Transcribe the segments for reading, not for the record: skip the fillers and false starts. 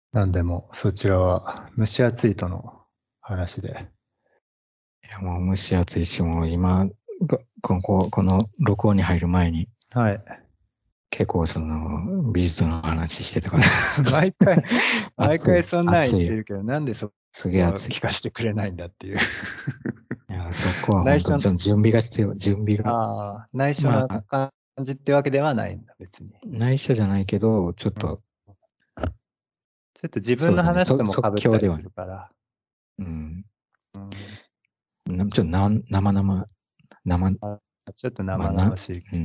なんでも、そちらは蒸し暑いとの話で。 いや、もう蒸し暑いし、もう今、この録音に入る前に、 はい。 結構その美術の話してたから、 毎回、毎暑い、 回そんなん言っ暑い、 てるけど、なんでそすげえこは暑い。 聞かせてくれないんだっていう。 いや、そこは内緒、 本当にちょっと準備が必要、準備が。 ああ、内緒なまあ、 感じってわけではないんだ、別に。 内緒じゃないけど、ちょっうん、 と、 ちょっと自分のそうだね、 話とも被ったり即興ではね。 するから。 うん。 うん、 ちょっと生、 ちょっとまあ、 生々しい。 うん。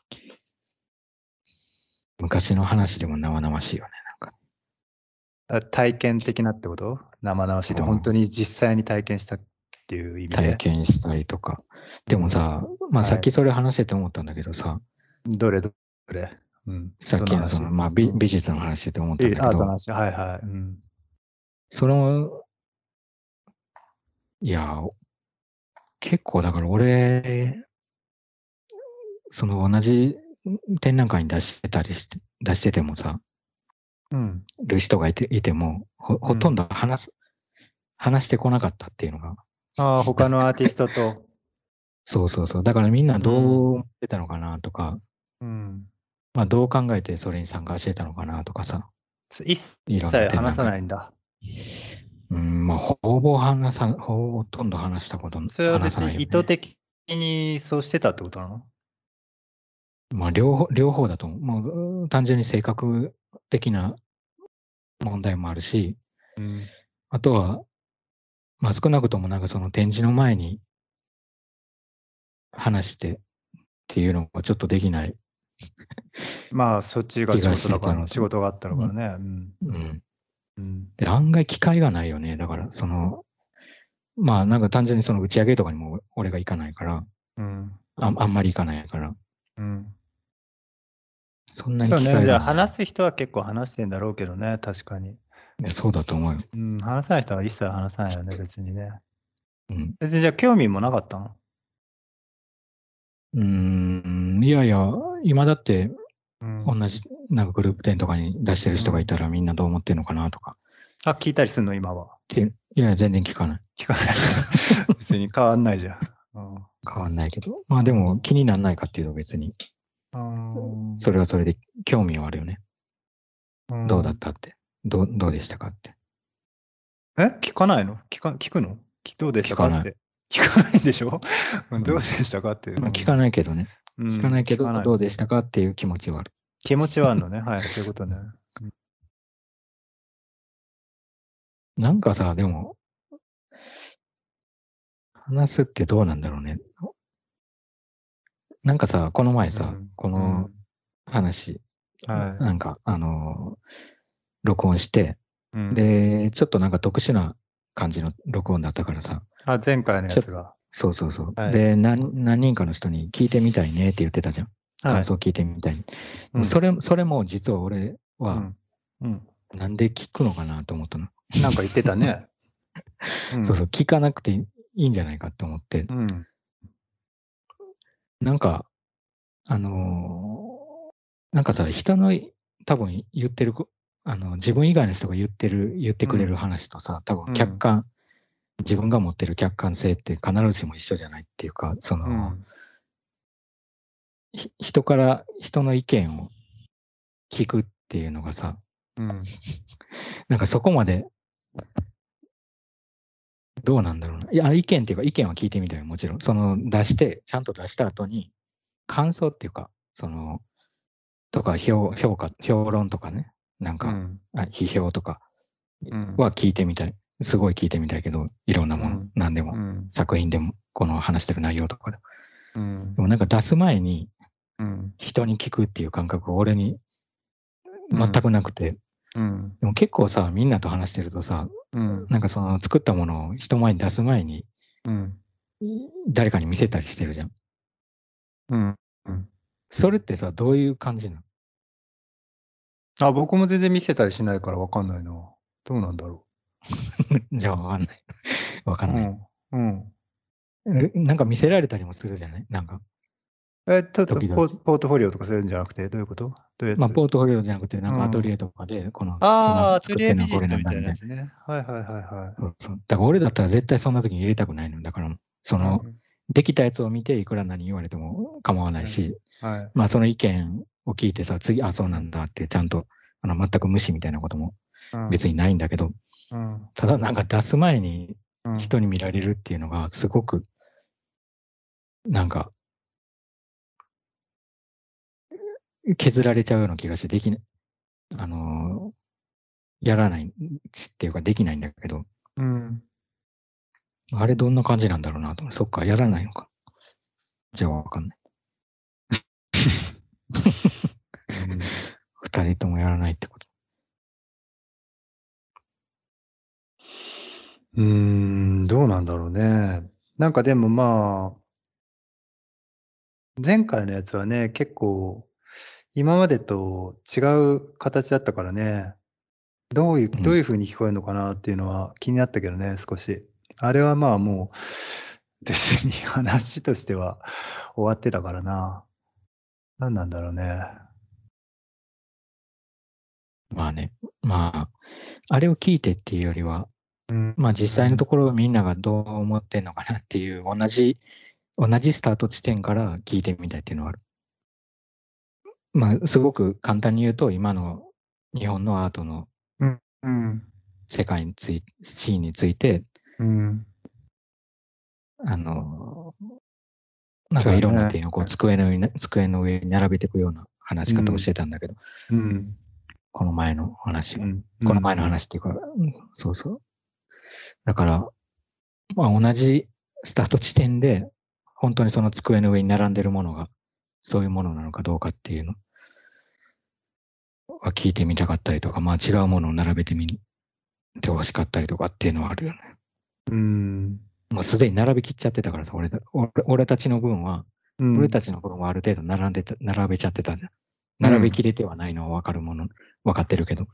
昔の話でも生々しいよね、 体験的なってこと？生々しいって本当うん。 に実際に体験したっていう意味体で。 験したりとか。 うん。 でもさ、まあさっはい。 きそれ話してて思ったんだけどさ、 どれ。うん。 さっどの話？ きのその、まあうん。 美術の話してて思ったんだけど、 アートの話。はいはい。うん。 その、いや、結構だから俺、その同じ展覧会に出しててもさ、 うん。 る人がいても、ほとんうん。 ど話してこなかったっていうのが、 ああ、他のアーティストと。 そうそうそう。だからみんなどううん。 思ってたのかなとか、 うん。 まあどう考えてそれに参加してたのかなとかさ、 一いろんな切話さ展覧会。 ないんだ。 うん、まあほとんどそれは話さ別に意図ないよね。 的にそうしてたってことなの？ まあ両方だと思う。もう単純に性格的な問題もあるし、 うん。 あとは、まあ少なくともなんかその展示の前に話してっていうのがちょっとできないまあ、そっちが仕気がし事だからね。 てたのと、 仕事があったのうん、 からね。うん。 うん。 うん。 で、案外機会がないよね。だから、その、まあなんか単純にその打ち上げとかにも俺が行かないから、 うん。 あんまり行かないから、 うん。 そんなに機そうね。じゃあ会がない。 話す人は結構話してんだろうけどね。確かに。 ね、そうだと思うよ。 うん。話さない人は一切話さないよね。別にね。 うん。 別にじゃあ興味もなかったの？ いやいや、今だってうん。 同じなんかグループ展とかに出してるうん。 人がいたらみんなどう思ってんのかなとか。 あ、聞いたりすんの今は。 いや、全然聞かない。 聞かない。別に変わんないじゃん。 変わんないけど。まあでもうん。 気にならないかっていうと別に、 うん。 それはそれで興味はあるよね。どうだっうん。 たって。どうでしたかって。 聞かないの？聞くの？どうでし聞かない。 たかって。聞かないんでしょ？どうでうん。 したかって。うまあ聞かん。 ないけどね。聞かなうん、 いけど、 聞かない。 どうでしたかっていう気持ちはある。 気持ちはあんのね。はい、そういうことね。うん。 なんかさ、でも、話すってどうなんだろうね。なんかさ、この前さ、 うん。 このうん。 話、 はい。 なんか、録音して、 うん。 で、ちょっとなんか特殊な感じの録音だったからさ、 あ、前回のやちょっと、 つが。 そうそうそう。 はい。 で、何人かの人に聞いてみたいねって言ってたじゃん。 はい。 感想聞いてみたい。でもうん。 それも実は俺は、 うん。うん。 なんで聞くのかなと思ったの。 なんか言ってたね。うそうそう、 ん。 聞かなくていいんじゃないかって思って、 うん。 なんか、あのなんかさ、人の多分言ってる自分以外の人が言ってくれるうん。 話とさ、多分うん。 自分が持ってる客観性って必ずしも一緒じゃないっていうか、その、 うん。 人の意見を聞くっていうのがさ、 うん。 なんかそこまでどうなんだろうな。いや、意見っていうか意見は聞いてみたよ、もちろん。そのちゃんと出した後に、感想っていうか、その、とか評論とかね、なんか、 うん。 批評とかうん。 は聞いてみたい。すごい聞いてみたいけど、いろんなもの、 うん。 何でも、 うん。 作品でも、この話してる内容とかでも。 うん。 でもなんか出す前にうん。 人に聞くっていう感覚が俺に全うん。 くなくて、 うん。 でも結構さ、みんなと話してるとさ、 うん。 なんかその作ったものを人前に出す前にうん。 誰かに見せたりしてるじゃん。 うん。うん。 それってさ、どういう感じなの？ あ、僕も全然見せたりしないからわかんないな。どうなんだろじゃあわかんない。わかう。 んない。 うん。うん。 なんか見せられたりもするじゃないなんか。 時々。 ポートフォリオとかそういうんじゃなくて、どういうこと？どういうやまあ、 つ？ ポートフォリオじゃなくて、なんかアトうん。 リエとかで、今ああ、アトリエビ作ってるのはこれジットみたいなんだみたいな。 なやつね。はいはいはいはそうそう。だから俺だったら絶対そんな時に入れたくないの。だから、そい。うの、 ん。 できたやつを見ていくら何言われても構わないはい。 し、 はい。 まあその意見を聞いてさ、次、あ、そううん。 なんだってちゃんと、全く無視みたいなこともうん。 別にないんだけど、 うん。 ただなんか出す前にうん。 人に見られるっていうのがすごく、なんか削られちゃうような気がしてできない、あのやらないっていうかできないんだけど、 うん。 あれどんな感じなんだろうなと思って、そっか、やらないのか。じゃあわかんない。 うん。 二人ともやらないってこと。 どうなんだろうね。なんかでもまあ、前回のやつはね、結構今までと違う形だったからね。 うん。 どういう風に聞こえるのかなっていうのは気になったけどね、少し。あれはまあ、もう、別に話としては終わってたからな。何なんだろうね。 まあね。まあ、あれを聞いてっていうよりは、 うん、 まあ実際のところみんながどう思ってんのかなっていう、同じスタート地点から聞いてみたいっていうのはある。まあ、すごく簡単に言うと、今の日本のアートのうん、うん、 世界について、シーンについて、 うん。 あの、なんかいろんなそうだね。 点をこう机の上に並べていくような話し方をしうん、 てたんだけど、 うん、 この前の話は。 うん、うこの前のん、 話っていうか、そうそう。だから、まあ同じスタート地点で、本当にその机の上に並んでるものが、そういうものなのかどうかっていうのは聞いてみたかったりとか、まあ違うものを並べてみてほしかったりとかっていうのはあるよね。 うん、 もうすでに並びきっちゃってたからさ、俺たちの分は、 うん、 俺たちの分はある程度並べちゃってたじゃん。並べきうん。 れてはないのは分かってるけど、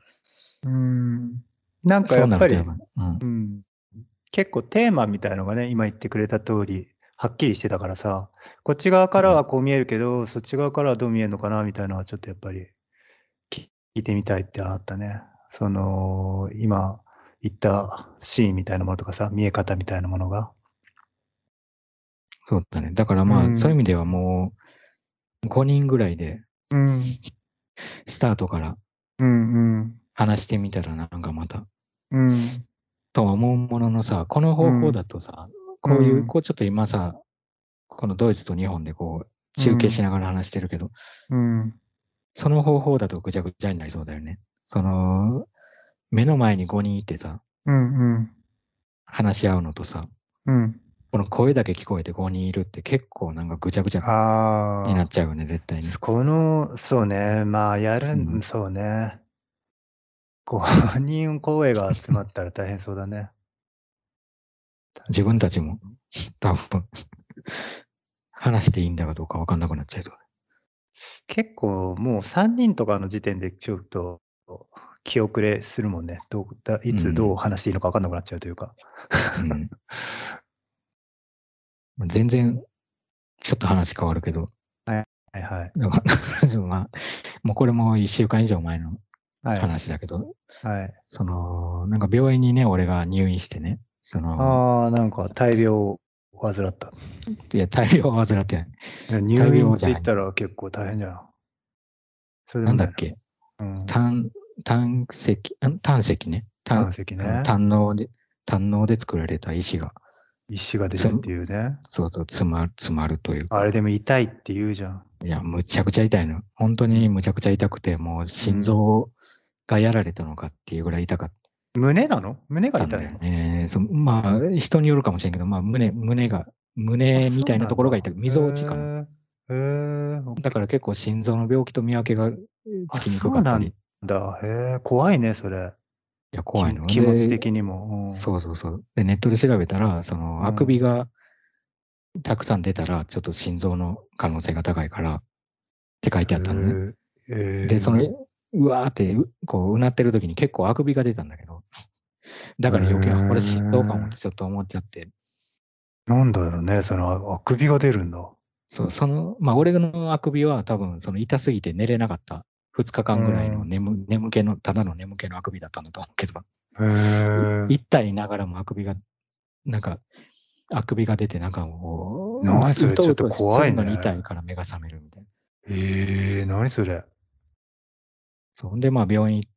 なんかそうなるとやっやっぱり、 ぱり、うん、 うん、結構テーマみたいのがね、今言ってくれた通り、はっきりしてたからさ、こっち側からうん、 はこう見えるけど、そっち側からはどう見えるのかなみたいなのはちょっとやっぱり、聞いてみたいってあったね。その、今言ったシーンみたいなものとかさ、見え方みたいなものが。 そうだね。だからうまあ、そういう意ん、 味ではもう5人ぐらいで、 うん、 スタートからうん、うん、 話してみたらなんかまた、 うん、 とは思うもののさ、この方法うん、 だとさ、 うん、 こうちょっと今さ、このドイツと日本でこう、中継しうん、 ながら話してるけど、 うん、 その方法だとぐちゃぐちゃになりそうだよね。目の前に5人いてさ、 うん、 話し合うのとさ、 うん。 この声だけ聞こえて5人いるって結構なんかぐちゃぐちゃになっああ、 ちゃうよね、絶対に。 そうね、まあ、 うん。 そうね。5人声が集まったら大変そうだね。 自確かに。 分たちも多分話していいんだかどうかわかんなくなっちゃいそう結構もう3人とかの時点でちょっと気遅れするもんね。いで。うつどうん。 話していいのか分かんなくなっちゃうというか。 うん。全然ちょっと話変わるけど、 はいはいはい。 でもまあ、もうこれも1週間以上前のはい。 話だけど、 はい。 なんか病院にね、俺が入院してね、 ああ、なんか大病を患った。 いや、大病を患ってない。大入院って病じゃない。 言ったら結構大変じゃん。それでもないなんだっけ、 の？うん。 胆、胆石ね。 胆石ね。 胆のうで作られた石が、 石が出つ、 るっていうね。 そうそう、詰まるというか、 あれでも痛いって言うじゃん。 いや、むちゃくちゃ痛いの。本当うん。 にむちゃくちゃ痛くて、もう心うん。 臓がやられたのかっていうぐらい痛かっ胸なの？胸がたんだよ痛いの？ ね。まあ、人によるかもしれんけど、まあ、 あ、 胸みたいなそうなんだ。 ところが痛い。 へみぞおちかな。 え。へえ。 だから結構心臓の病気と見分けがつあ、 きにくそうなんかったり、 だ。へえ、怖いね、それ。 いや、怖いの。 気持ちで、 的にも。 そうそうそう。で、ネットで調べたら、あくうん。うん。 びがたくさん出たら、ちょっと心臓の可能性が高いからって書いてあったのね。 へえ。 で、 ええ。 うわーって、こう、うなってる時に結構あくびが出たんだけど、だへから余計、あ、これ心臓かもってえ。 ちょっと思っちゃって、 なんだろうね、あくびが出るんだ。 まあ、俺のあくびは多分、痛すぎて寝れなかった2日間ぐらいの眠気の、ただの眠気のあくびだったんだと思うけど、 へえ。 痛いながらもなんか、あくびが出て、なんかもう、 何それ、ちょっとうとうとす怖いね。 るのに痛いから目が覚めるみたいな。 何それ。 そう。で、まあ、病院行って、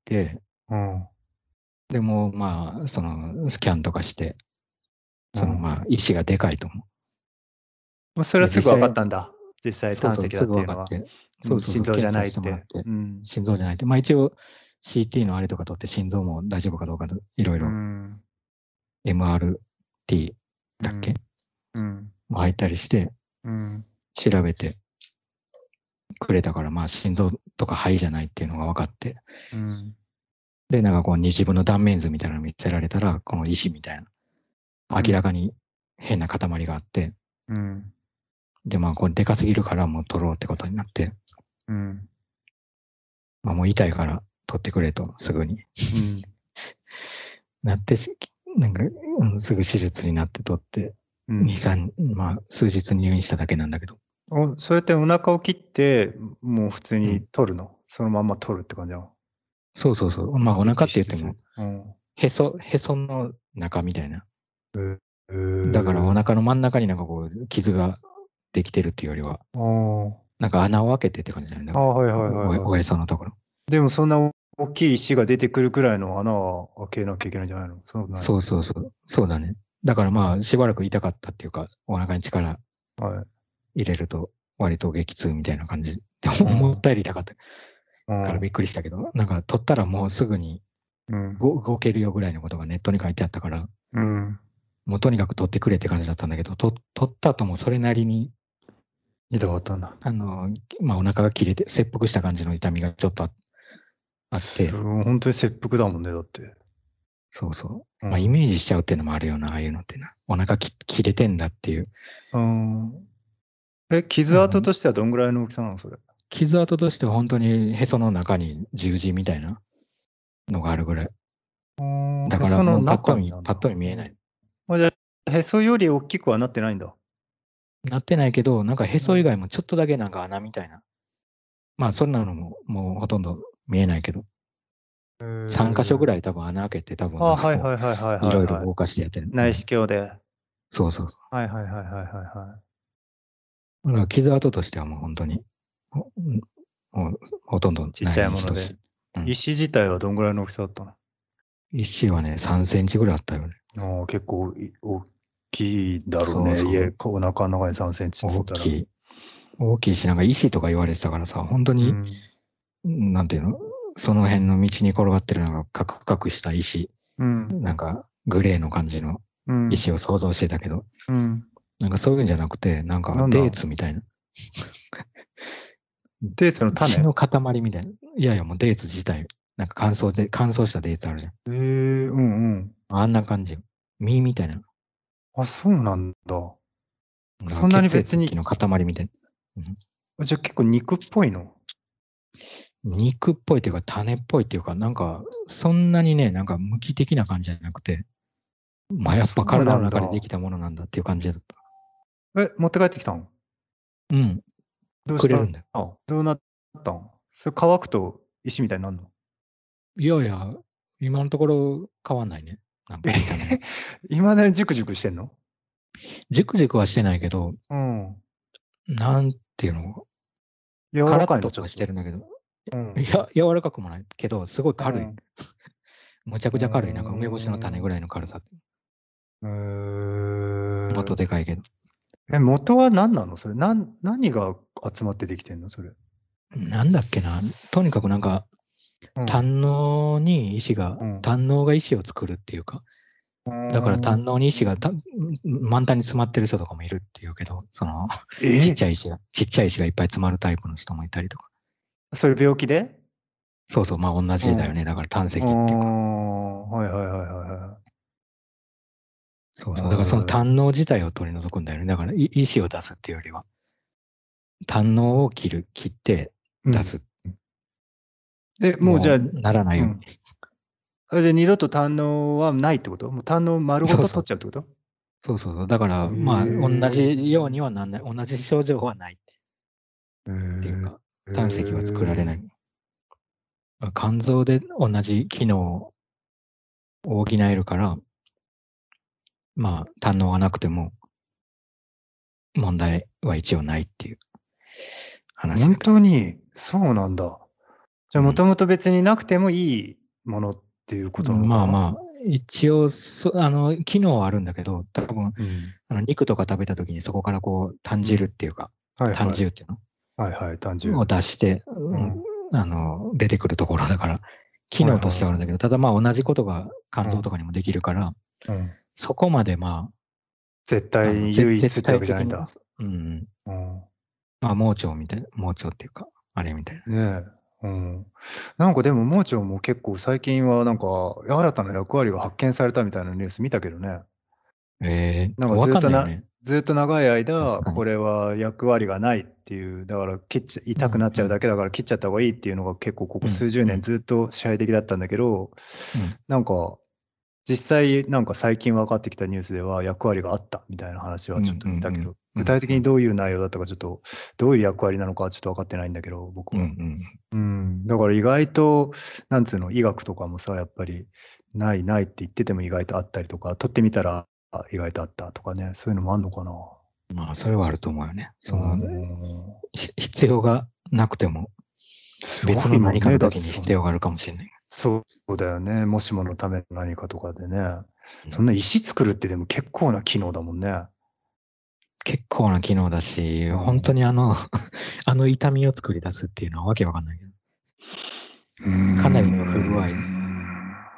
うん。 でも、まあ、スキャンとかして、 うん。 まあ、意志がでかいと思まあ、それう。で、 はすぐ分かっ実際、 たんだ。実際そうそう、 胆石だすぐっていうのは。 分かって、 うん、心臓じゃ検査してもらっないって。 て、 うん。 心臓じゃないって、まあ一応 CT のあれとか取って心臓も大丈夫かどうかといろいうろん。 MRT だっけうん。うん。 も入ったりしてうん。 調べてくれたから、まあ心臓とか肺じゃないっていうのが分かって、 うん。 で、なんかこう二次分の断面図みたいなの見せられたら、この石みたいな、 うん。 明らかに変な塊があって、 うん。 で、まあこれでかすぎるからもう取ろうってことになって、 うん。 まあもう痛いから取ってくれと、すぐに。 うん。 なってなんか、すぐ手術になって取って、2、 うん。 3、まあ、数日入院しただけなんだけど。 それってお腹を切って、もう普通にうん。 取るの？そのまんま取るって感じなの？ そうそうそう。まあ、お腹って言っても、 摘出する。うん。 へその中みたいな。 へだからおえ。 腹の真ん中になんかこう、傷ができてるっていうよりは、 ああ。 なんか穴を開けてって感じだね。だああ、 から、 はいはいはいはい。 おへそのところ。 でもそんな大きい石が出てくるくらいの穴は開けなきゃいけないんじゃないの？そんなことないの？ そうそうそう。そうだね。だからまあ、しばらく痛かったっていうか、お腹に力はい。 入れると、割と激痛みたいな感じ。でも、 うん。 思ったより痛かったからびっうん。 くりしたけど、なんか取ったらもうすぐにうん。 動けるよぐらいのことがネットに書いてあったから、 うん。 もうとにかく取ってくれって感じだったんだけど、取った後もそれなりに、 痛かったんだ。 まあお腹が切れて、切腹した感じの痛みがちょっとあって、 ほんとに切腹だもんね、だって。 そうそう。まあイうん。 メージしちゃうっていうのもあるよな、ああいうのってな。お腹切れてんだっていう。 うーん。傷跡うん、 としてはどんぐらいの大きさなの？それ。 傷跡としては本当にへその中に十字みたいなのがあるぐらい。だへそのからもうパッ中になんだ。 と見見えない。 じゃあ、へそより大きくはなってないんだ。 なってないけど、なんかへうん。 そ以外もちょっとだけなんか穴みたいな。まあそんなのももうほとんど見えないけど、 へ 3箇所ぐえ。 らい多分穴開けて、多分ああ、 なんかこはいはいはいはいう、いろいろはいはい。 動かしてやってる。う内視ん。 鏡で。 そうそうそはいはいはいはいはいはい。 う。だから傷跡としてはもう本当に、うんもうほとんどなちっちゃいに等しい。 いもので。 うん。 石自体はどんぐらいの大きさだったの？ 石はね、3センチぐらいあったよね。 ああ、結構大きいだろうね。 そうそう。 お腹の中に3センチっつったら。 大きい。大きいし、なんか石とか言われてたからさ、本当に、 うん。 なんていうの、その辺の道に転がってるなんかカクカクした石、 うん。 なんかグレーの感じのうん。 石を想像してたけど、 うん。 なんかそういうんじゃなくて、なんかデーなんだ？ ツみたいな。 デーツの種？ 血の塊みたいな。いやいや、もうデーツ自体、なんか乾燥したデーツあるじゃん。 うんうん。 あんな感じよ。実みたいな。 あ、そうなんだ。 だからそんなに血別に、 液の塊みたいな。うん、 じゃ、結構肉っぽいの？ 肉っぽいっていうか、種っぽいっていうか、なんか、そんなにね、なんか無機的な感じじゃなくて、まあ、 あやっぱそう体のなんだ。 中でできたものなんだっていう感じだった。 持って帰ってきたん？ うん。 どうした？ くれるんだよ。 どうなったん？それ乾くと石みたいになんの？ いやいや、今のところ変わんないね。なんか見た目は。 未だにジュクジュクしてんの？ ジュクジュクはしてないけど、 うん。 なんていうの、 柔らかいの？ カラッとはしてちょっと。 るんだけど、 うん。 いや、柔らかくもないけど、すごい軽い。 うん。 むちゃうーくちゃ軽い。なんか梅干しの種ぐん。 らいの軽さ。 へもっとえ。 でかいけど。 元は何なの？それ。何が集まってできてんの？それ。 なんだっけな。とにかくなんか、 うん。うん。 胆のうが石を作るっていうか、 うーだからん。 胆のうに石が満タンに詰まってる人とかもいるっていうけど、 え？ ちっちゃい石がいっぱい詰まるタイプの人もいたりとか。 それ病気で？ そうそう、まあ同うん。 じだよね。だから胆石あっていうか。 あ、はいはいはいはいはそういそう。だからそのはい。 胆のう自体を取り除くんだよね。だから石を出すっていうよりは、胆のうを切ってうん。 出す。 もうじゃあ、 もうならないように。 うん。じゃあ二度と胆のうはないってこと？もう胆のう丸ごと取っそうそう。 ちゃうってこと？ そうそうそう。だから、まあ、同じようにはなんない。同じ症状はないっていうか、胆石は作られない。肝臓で同じ機能を補えるから、まあ、胆のがなくても問題は一応ないっていう話本だと。 当に、そうなんだ。じゃあ、もうん。 ともと別になくてもいいものっていうことなのかな？ まあまあ、一応機能はあるんだけど、多分、 うん。 肉とか食べた時にそこからこう、胆汁っうん。 ていうか、胆はいはい。 汁っていうはいはい、単のを純。 出して、 うん。 出てくるところだから、機能としてはいはい。 はあるんだけど、ただまあ同じことが肝臓とうん。 かにもできるから、 うん。 そこまでま絶あ、絶対唯一ってわ対的に、 けじゃないんだ。 うん、 うん。 まあ盲腸っていうか、あれみたいな。 ねえ。うん。なんかでも盲腸も結構最近はなんか、新たな役割が発見されたみたいなニュース見たけどね。なんかわかんないよね。 ずっと長い間、 確かに。 これは役割がないっていう、だからうん、 痛くなっちゃうだうん、 けだから切っちゃった方がいいっていうのが結構ここうん、 数十うん、 年ずっと支配的だったんだけど、 うん。 なんか、実際なんか最近分かってきたニュースでは役割があったみたいな話うん、 はちょっとうん、うん、 見たけど、 うん、 具体的にどういう内容だったかちょっと、どういう役割なのかはちょっと分かってないんだけど、僕うん、うは。 ん。 うん、だから意外と、なんつうの、医学とかもさ、やっぱり、ないって言ってても意外とあったりとか、取ってみたら、意外とあったとかね、そういうのもあんのかな。 まあ、それはあると思うよね。 うーん。 必要がなくても、 すご別のいもんね、だって何かの時にそんな。 必要があるかもしれない。 そうだよね、もしものための何かとかでね。 うん、 そんな石作るってでも結構な機能だもんね。 結構な機能だし、本当うん。 にあの痛みを作り出すっていうのはわけわかんないけど、 うーかなりの不具合。 ん。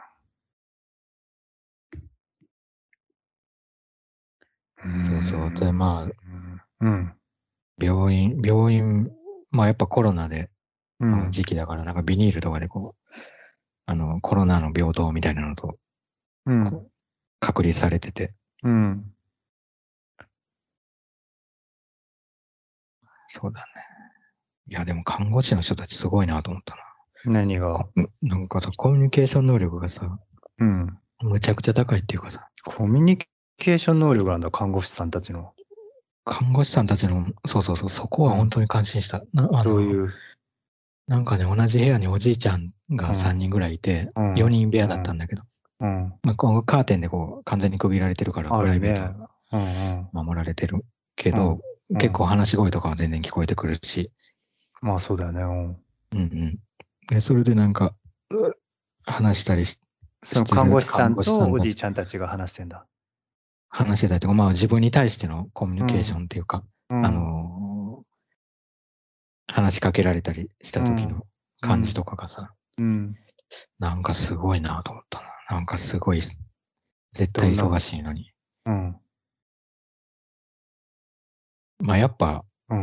うーそうそう。で、まあ、 ん。うん。 病院、まあやっぱコロナのうん。 時期だから、なんかビニールとかでこう、コロナの病棟みたいなのと、 うん。 こう、隔離されてて、 うん。 そうだね。いや、でも看護師の人たちすごいなと思ったな。 何が？ なんかさ、コミュニケーション能力がさ、 うん。 むちゃくちゃ高いっていうかさ、 コミュニケーション能力なんだ、看護師さんたちの。 看護師さんたちの、そうそうそう、そこうん。 は本当に感心した。 どういう。 なんかね、同じ部屋におじいちゃんが3 うん。 人ぐらいいて、 うん。 4人部屋だったんうん。 だけど、 うん。 まあ、こうカーテンでこう完全に区切られてるから、プライベートあるね。うんうん。 守られてるけうん。 ど、結構うん。 話し声とかは全然聞こえてくるし、 まあ、そうだよね。うん。 うんうん。で、それでなんか、話したりそのして看護師さる看護師さんとおじいんたち、 ちゃんたちが話してんだ。 話してたりとか、まあ自分に対してのコミュニケーシうん。 ョンっていうか、あうん。 の話しかけられたりした時のうん。う感じとん。 かがさ、 うん。 なんかすごいなと思ったな。なんかすごい、絶対忙どんなの？ しいのに。 うん。 まあやっぱ、 うん。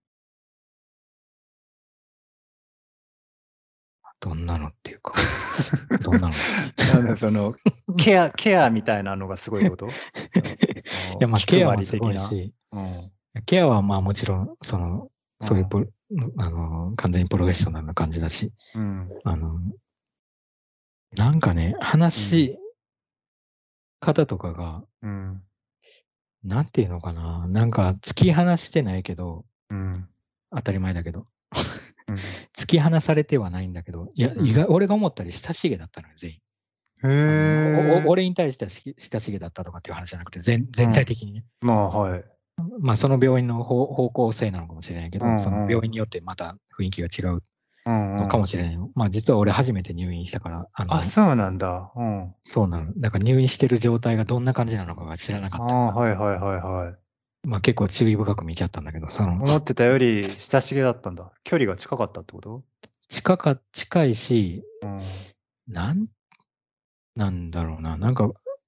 どんなのっていうか、どんなのって。 なんだその、ケアみたいなのがすごいってこと？あいや、まあ気配りケアもすご的な？ いし、 うん。 ケアはまあもちろん、そういううん。 完全にプロフェッショナルな感じだし、 うん。 あの、なんかね、 うん。 方とかが、 うん。 なんていうのかな、なんか突き放してないけど、 うん。 当たり前だけど、 うん。 突き放されてはないんだけど、いや、 うん。 俺が思ったより親しげだったのよ、全員。 へえ。 俺に対しては親しげだったとかっていう話じゃなくて、全体うん。 的にね。 まあ、はい。 まあ、その病院の方向性なのかもしれないけうど、そのんうん。 病院によってまた雰囲気が違うのうんうん。 かもしれないよ。まあ、実は俺初めて入院したから、 あ、そうなんだ。うん。 そうなの。だから入院してる状態がどんな感じなのかが知らなかああ、 ったから、 はいはいはいはい。 まあ結構注意深く見ちゃったんだけど、 思ってたより親しげだったんだ。距離が近かったってこと？ 近いし、 うん。 なんなんだろうな、なんか、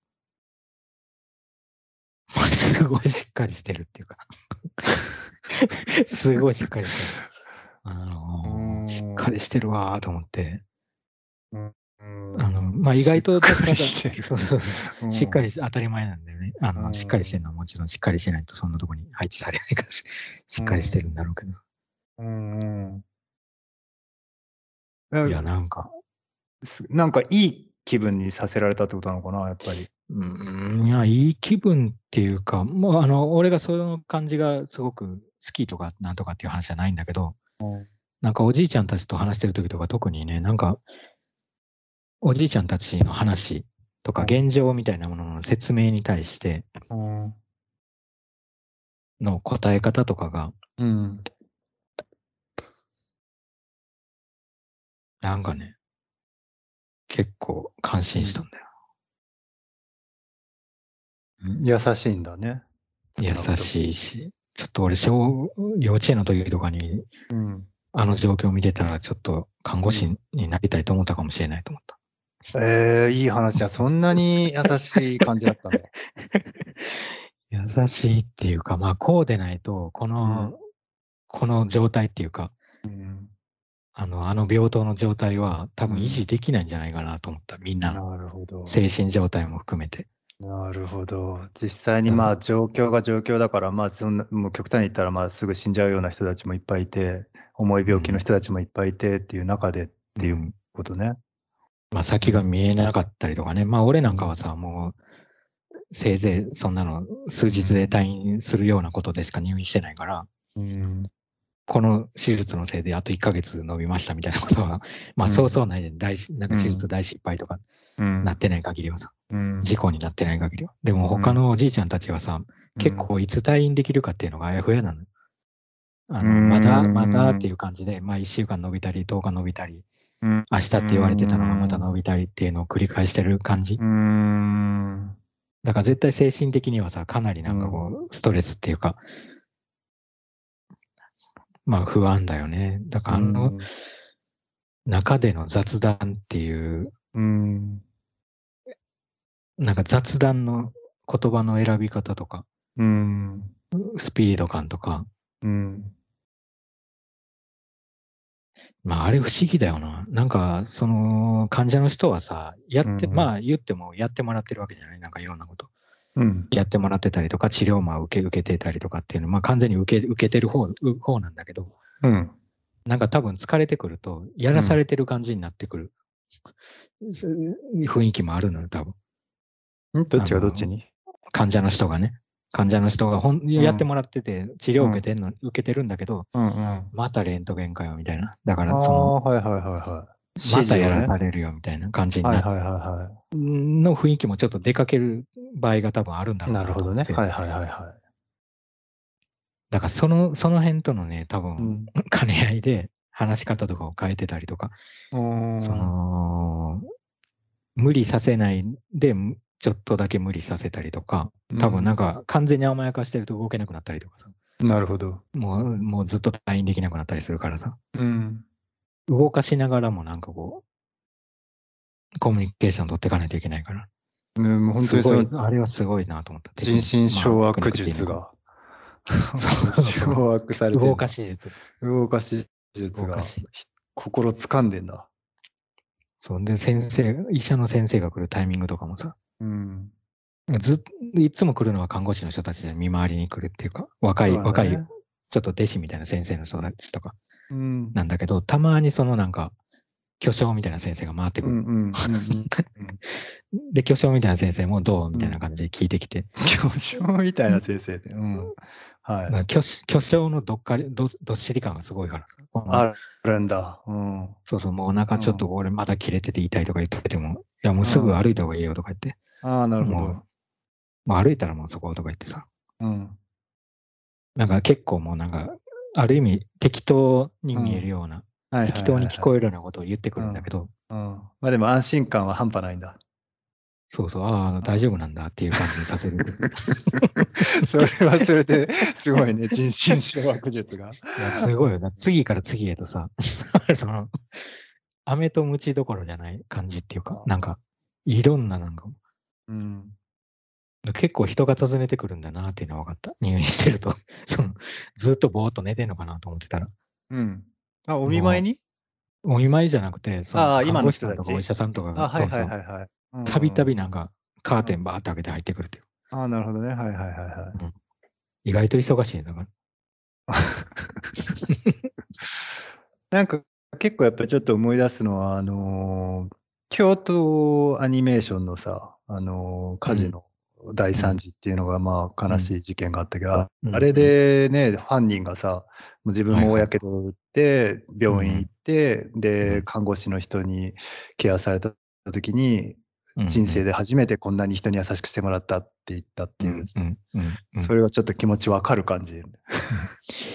すごいしっかりしてるっていうかすごいしっかりしてる。 うーしっかん。 りしてるわーと思って、 うん、うーまあ意しっ外とかりだから、 してる。 そうそうそう、 うん。 しっかり当たり前なんだよね。 うーしっかりしてるのん。 はもちろんしっかりしないとそんなとこに配置されないからしうっかりしてるんん。 だろうけど。 うんうん。 いや、なんか、 なんかいい気分にさせられたってことなのかな、やっぱり。 いや、いい気分っていうか、もう俺がその感じがすごく好きとかなんとかっていう話じゃないんだけど、 うん。 なんかおじいちゃんたちと話してる時とか特にね、なんかおじいちゃんたちの話とか現状みたいなものの説明に対してうん。 の答え方とかが、 うん。 なんかね、結構感心したんだよ。 優しいんだね。そ優んなこと。 しいし、ちょっと俺幼稚園の時とかにうん。 あの状況を見てたら、ちょっと看護うん。 師になりたいと思ったかもしれないと思った。 いい話や。そんなに優しい感じだったんだ。 優しいっていうか、まあこうでないと、 うん。 この状態っていうか、 うん。 あの病棟の状態は多分維うん。 持できないんじゃないかなと思った。みんなのなるほど。 精神状態も含めて。 なるほど。実際にだまあ状況が状況だから、まあそんな、もう極端に言ったらまあすぐ死んじゃうような人たちもいっぱいいて、重い病気のうん、 人たちもいっぱいいてっていう中でっていううん。 ことね。 まあ先がうん。 見えなかったりとかね。まあ俺なうん。 んかはさ、もうせいぜいそんなの数う日で退ん。 院するようなことでしか入院してないから、 うん。 この手術のせいであと1ヶ月伸びましたみたいなことは、まあそううん。 そうないでなんか手術うん。 大失敗とかうん。 なってない限りはさ、 うん。 事故になってない限りは。でもうん。 他のおじいちゃんたちはさ、結うん。 構いつ退院できるかっていうのがあやふやなの。 うーまだっていん。 う感じで、まあ1週間伸びたり、10日伸びたり、 うん。 明日って言われてたのがまた伸びたりっていうのを繰り返してる感じ。 うーん。 だから絶対精神的にはさ、かなりなんかうん。 こう、ストレスっていうか、まあ不安だよね。だかうらん。 中での雑談っていう、 うん。 なんか雑談の言葉の選び方とか、 うん。 スピード感とか、 うん。 まああれ不思議だよな。なんか、その患者の人はさ、まあ言ってもやってもらってるわけじゃない。なんかいろんなこと。 うん。 やってもらってたりとか、治療も受けてたりとかっていうの、まあ完全に受けてる方なんだけど、 うん。 なんか多分疲れてくると、やうん。 らされてる感じになってくる雰囲気もあるのよ、多分。 どっちがどっちあの、 に？ 患者の人がね。患者の人がやってうん。 もらってて、治療うん。 受けてるんだけど、 うんうん。 またレントゲンかよ、みたいな。だかあら、 あ、はいはいはいはい。指またや示をね。 らされるよ、みたいな感じにはいはいはいはの雰囲気もちょっと出かける場合が多分あるんだい。 ろうなるほどね。 なと思って。 はいはいはいはい。 だからその辺とのね、多分、 うん。 兼ね合いで話し方とかを変えてたりとか、 うーそん。 の、無理させないで、ちょっとだけ無理させたりとか、多分なんうん。 か完全に甘やかしてると動けなくなったりとかさ、 なるほど。 もうずっと退院できなくなったりするからさ、 うん。 動かしながらもなんかこう、コミュニケーション取っていかないといけないから、 ね、もう本当すごい、 にそのあれはすごいなと思った、 人心まあ、 掌握テクニックっていうのか。 術が、本当にそうそう。 掌握されて動んだ。 かし術。 動かし術が、 動かし。 心掴んでんだ。 そう。で、医者の先生が来るタイミングとかもさ、 うん。 いつも来るのは看護師の人たちで見回りに来るっていうか、 そうなんだ若い、 ね。 ちょっと弟子みたいな先生の人たちとかうん。 なんだけど、たまにそのなんか、巨匠みたいな先生が回ってくる。 うんうんうんうんうん。 で、巨匠みたいな先生もどうみうん。 たいな感じで聞いてきて、 巨匠みたいな先生で、うん。はい。 巨匠のどっしり感がすごいからさ、 あるんだ。うん。 そうそう、もうお腹ちょっとうん。 俺まだ切れてて痛いとか言ってても、いやもうすぐうん。 歩いた方がいいよとか言って、 ああ、なるほど。 ももう歩いたらもうそことか言ってさ、 うん。 なんか結構もうなんか、ある意味適当に見えるうん。 ような、 はいはい適当に聞はいはい。 こえるようなことを言ってくうん。 るんだけど、 うん。ま、でも安心感は半端ないんだ。 そうそう、ああ、 うん。 大丈夫なんだっていう感じにさせるっていうか。 それはそれですごいね、人心掌握術が。 いや、すごいよな。次から次へとさ、その、飴と鞭どころじゃない感じっていうか、 あ、 なんか、いろんななんか、 うん。 結構人が訪ねてくるんだなっていうのは分かった。入院してると。その、ずっとぼーっと寝てんのかなと思ってたら。 うん。あ、お見舞いもに？ う、お見舞いじゃなくて、そのああ、今の看護師さんとかお医人たち？ 者さんとかが、 あ、はいはいそうそう、 はいはい。うたびたんうん。 びなんか、カーうん。 テンバーって開けて入ってくるっていう。 ああ、なるほどね。はいはいはいはい。 うん、意外と忙しいんだから。 なんか、結構やっぱりちょっと思い出すのは、 京都アニメーションのさ、 うん。 火事の大惨事っていうのが、まあ、悲うん。 しい事件があったけど、あうん。 あれうん。 でね、犯人がさ、もう自分も大はいはい。 やけどを負って、病院行うん。 って、で、 うん。 看護師の人にケアされた時に、 うん。 人うん。 生で初めてこんなに人に優しくしてもらったって言ったっていう、 うん。うん。うん。うん。 それがちょっと気持ちわかる感じ。 うん。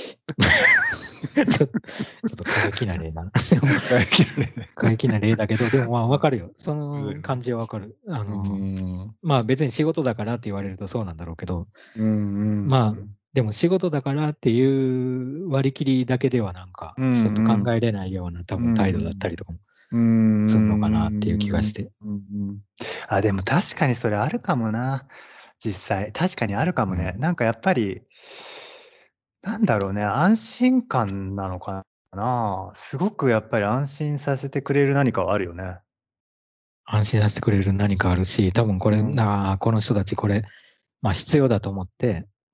ちょっと過激な例だな。でも、 外気のね。 過激な例だけど、でもまあわかるよ。そうん。 の感じはわかる。 うーん。 まあ別に仕事だからって言われるとそうなんだろうけど、 うんうんまあ、 うん。 でも仕事だからっていう割り切りだけではなんか、 うちょっとんうん。 考えれないような多う分態度だったんりとかもうすんのかなっていう気がん。 して。 うん。あ、でも確かにそれあるかもな、実際。確かにあるかもね。 うん。 なんかやっぱり、なんだろうね、安心感なのかな。すごくやっぱり安心させてくれる何かはあるよね。 安心させてくれる何かあるし、多分これ、 うん、 この人たちこれ、まあ必要だと思って、 うん、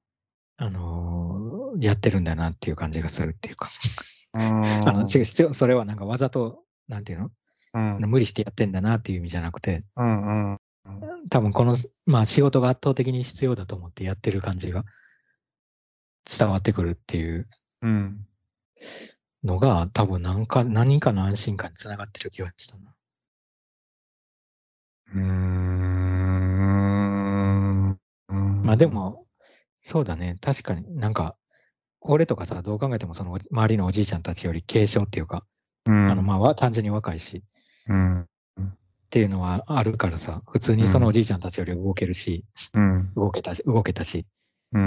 やってるんだなっていう感じがするっていうか。 うーん、 必要、それはなんかわざと、なんていうのうん、 無理してやってんだなっていう意味じゃなくて、 うん、うん、うん、 多分この、まあ仕事が圧倒的に必要だと思ってやってる感じが伝わってくるっていううん。 のが、多分何かの安心感につながってる気がしたな。 うーん、うーまあでん、 も、そうだね。確かになんか、俺とかさ、どう考えてもその周りのおじいちゃんたちより軽症っていうか、 うん、 まあ単純に若いし、 うん、 っていうのはあるからさ、普通にそのおじいちゃんたちより動けるし、 うん、 動けたし、 うん、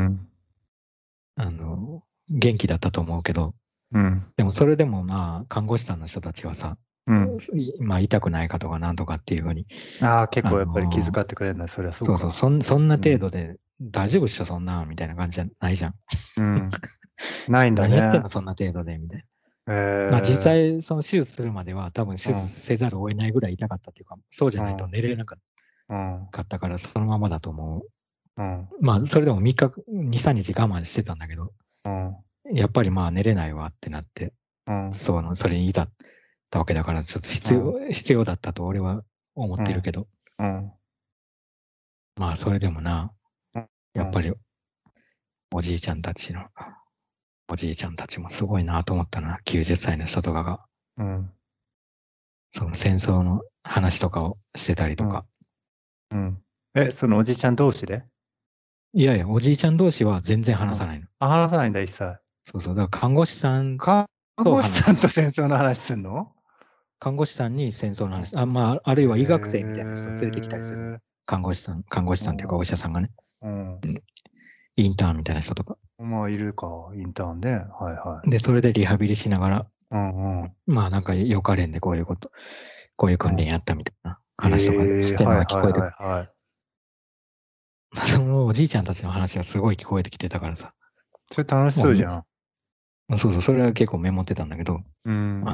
元気だったと思うけど、 うん、 でもそれでもまあ、看護師さんの人たちはさ、 うん。 まあ痛くないかとかなんとかっていうふうに、 ああ、結あ構やっぱり気の遣ってくれるんだ。そりゃそうそうそう、 か。 そんなうん。 程度で大丈夫っしょ、そんな、みたいな感じじゃないじゃん。 うん。ないんだね。 何やってんの、そんな程度で、みたいな。 へまあ実え。 際、その手術するまでは多分手術うん、 せざるを得ないぐらい痛かったっていうか、そうじゃないとうん、 寝れなかうん、 ったから、そのままだと思う。 うん、 まあ、それでも3日、2、3日我慢してたんだけど、 うん、 やっぱりまあ寝れないわってなって、 うん、 それに至ったわけだから、ちょっとうん、 必要だったと俺は思っうん、 てるけど、 うん、 まあそれでもな、 うん、 やっぱりおじいちゃんたちの、おじいちゃんたちもすごいなと思ったな、90歳の人とかが、 うん、 その戦争の話とかをしてたりうん、 とか。 うん。え、そのおじちゃん同士で？ いやいや、おじいちゃん同士は全然うん。 話さないの。 あ、話さないんだ、一切。 そうそう。だから看護師と話す。 さんと戦争の話すんの？ 看護師さんに戦争の話、 うん。 まあ、あるいは医学生みたいな人を連れてきたりするの。 へえ。 看護師うさんというかお医者さんがね、 ん、うん。 インターンみたいな人とか。 まあ、いるか、インターンで。はいはい。 で、それでリハビリしながら、 うんうん。 まあなんかよかれんでこういう訓練うん。 やったみたいな話とかしええ、 てるのはいはいが聞こえて、 はいはい。 そのおじいちゃんたちの話がすごい聞こえてきてたからさ、 それ楽しもう、 そうじゃん。 そうそう、それは結構メモってたんだけど、 うん。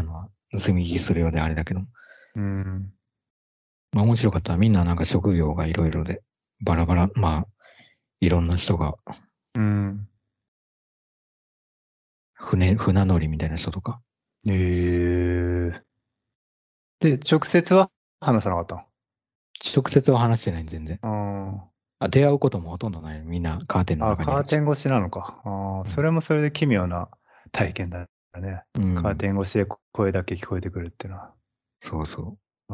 盗み聞きするようであれだけど、 うん。 まあ面白かった。みんななんか職業がいろいろで、バラバラ、まあ、いろんな人が、 うん。 船乗りみたいな人とか、 ええ。で、直接は話さなかったの？ 直接は話してない全然。 うん。 出会うこともほとんどない。みんなカーテンのあ、 中にいるし。 カーテン越しなのか。ああ、 うん。 それもそれで奇妙な体験だね。カーうん。 テン越しで声だけ聞こえてくるっていうのは。 そうそうん。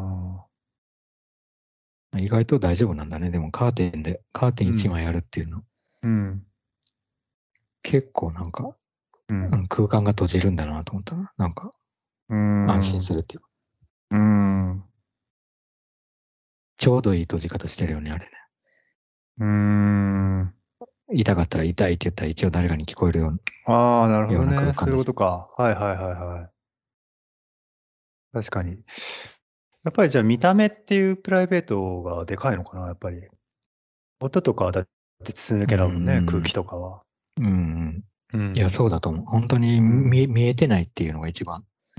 う。意外と大丈夫なんだね。でもカーテン1 うん。 枚あるっていうの、 うん。 結構なんか、 うん。 空間が閉じるんだなと思ったな。なんか、 うー安心ん。 するっていうか。 うーん。 ちょうどいい閉じ方してるよね、あれね。 うーん。 痛かったら痛いって言ったら一応誰かに聞こえるああ、なるほような空どね。そういう間だし。 ことか。はいはいはいはい。確かに。やっぱりじゃあ見た目っていうプライベートがでかいのかな、やっぱり。音とかはだって筒抜うけだもんね、空ん。 気とかは。 うん。いや、 うん。 そうだと思う。本当にうん。 見えてないっていうのが一番うん。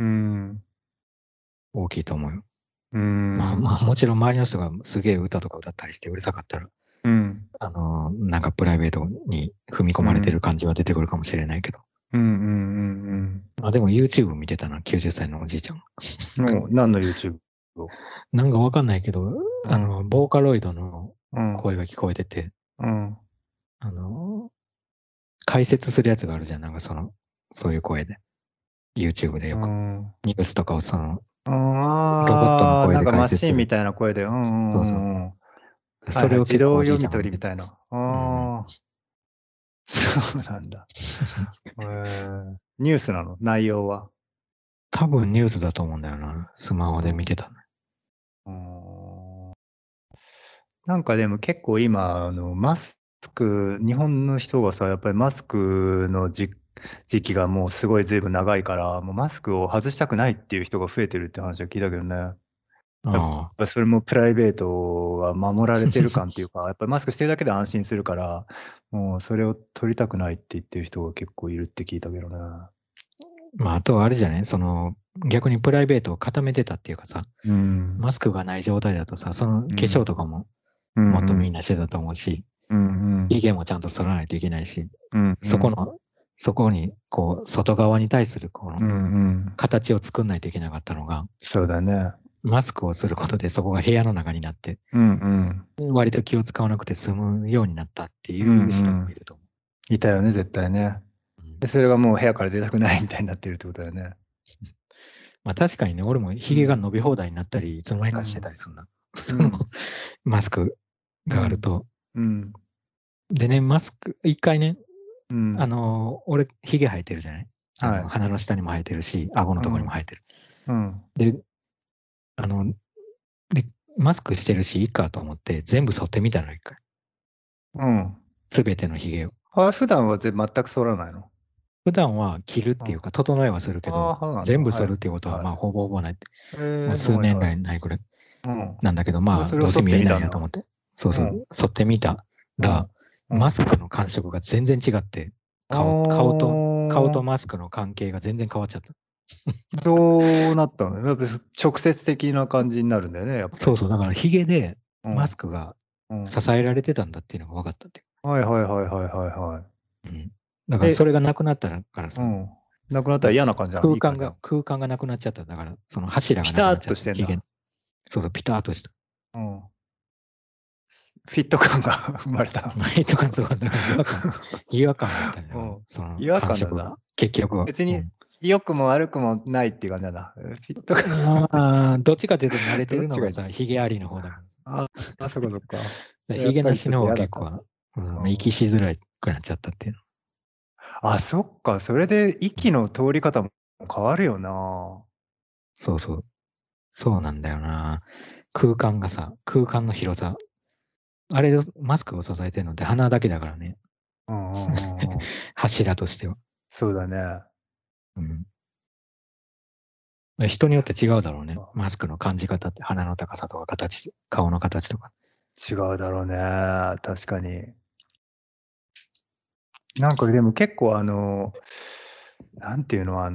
大きいと思うよ。 うーん。 まあ、もちろん周りの人がすげえ歌とか歌ったりしてうるさかったら、 うん。 なんかプライベートに踏み込まれてるうん。 感じは出てくるかもしれないけど。 うんうんうんうん。 でも YouTube 見てたな、90歳のおじいちゃん。 もう何の YouTube？ なんかわかんないけど、ボーカロイドのうん。 声が聞こえてて、 うん。 解説するやつがあるじゃん。なんかそういう声で。YouTube でうよく。 ん。 ニュースとかをロボットのああ、 声でなんかマ解説する。 シンみたいな声で、うんうそうそう。 んうんうん。はいはい、 それを結構おじ自動読みいちゃんが見てて。 取りみたいな。 うんうん。 ああ、そうなんだ。ニュースなの内容は。 多分ニュースだと思うんだよな。スマホで見てたね。 うん。なんかでも結構今、マスク、日本の人がさ、やっぱりマスクの時期がもうすごいずいぶん長いから、もうマスクを外したくないっていう人が増えてるって話は聞いたけどね。やっああ。 ぱそれもプライベートが守られてる感っていうか、やっぱりマスクしてるだけで安心するから、もうそれを取りたくないって言ってる人が結構いるって聞いたけどね。 まあ、あとはあれじゃね、逆にプライベートを固めてたっていうかさ、 うん。 マスクがない状態だとさ、その化うん。 粧とかももっとうんうん。 みんなしてたと思うし、 うんうん。 髭もちゃんと剃らないといけないし、 うんうん。 そこに、外側に対する、 うんうん。 形を作んないといけなかったのが、 そうだね。 マスクをすることでそこが部屋の中になって、 うんうん。 割と気を使わなくて済むようになったってういう人んうん。 もいると思いたよね、絶対ね。 う。うん、 で、それがもう部屋から出たくないみたいになってるってことだよね。 まあ確かにね、俺も髭がうん。 伸び放題になったり、いつの間にかしてうん。 たりするな。 うん。 マスクうん。 があると。 うん。 でね、一回ね、 うん。 俺、髭生えてるじゃない。 はい。 鼻の下にも生えてるし、顎のところにもうん。 生えてる。 うん。 で、あの、で、マスクしてるし、いいかと思って、全部剃ってみたの、一回。 うん。 すべての髭を。 普段は全く剃らないの？ 普段は切るっうん。 ていうか、整えはするけど、 ああ、そうなんだ。 全部はい。 剃るっていうことは、 はまあ、ほぼほぼないって。 い。 もう数年はいはい。 来ないぐらいうん。 なんだけど、まあ、 それを剃っどうせ見えなてみたんだ。 いやと思って。そうそう、 うん。 剃ってみたら、 うん。うん。 マスクの感触が全然違って、 あ顔とあ、 マスクの関係が全然変わっちゃった。 どうなったの？やっぱ直接的な感じになるんだよね、やっぱり。 そうそう、だからヒゲでうん。 マスクがうん。 支えられてたんだっていうのが分かったっていはいはいはいはいはいはい。 う。うん。だからそえ、 れがなくなったからさ、 うん。なくなったら嫌な感じなの？いい感じなの？ 空間がなくなっちゃった。だから、その柱がピタッなくなっちゃった。ヒゲ。 としてんだ。 そうそう、ピターっとした。 うん。フィット感が生まれた。 とか、そう、だから違和感があったね。だから、 うん。 その違和感触が。 感なんだ。 結局は。 別にうん。 良くも悪くもないっていう感じなんだ。フィット感まあ、どっちかというと慣れてどっちがいい？ るのがさ、ヒゲありの方だかああ、そっかそっか。 ら。 やっヒゲぱりちょっとなしの方が嫌だったんだ。 結構、うん、息うん。 しづらくなっちゃったっていう。 あ、そっか、それでうん、 息の通り方も変わるよな。 そうそう。そうなんだよな。空間の広さ。あれ、マスクを支えてるのって鼻だけだからね。 うんうんうんうん。 柱としては。 そうだね。 うん。人によって違うだろうね。 そマスクの感じ方って、鼻の高さとか形、顔の形とか。 違うだろうね、確かに。なんかでも結構なんていうの、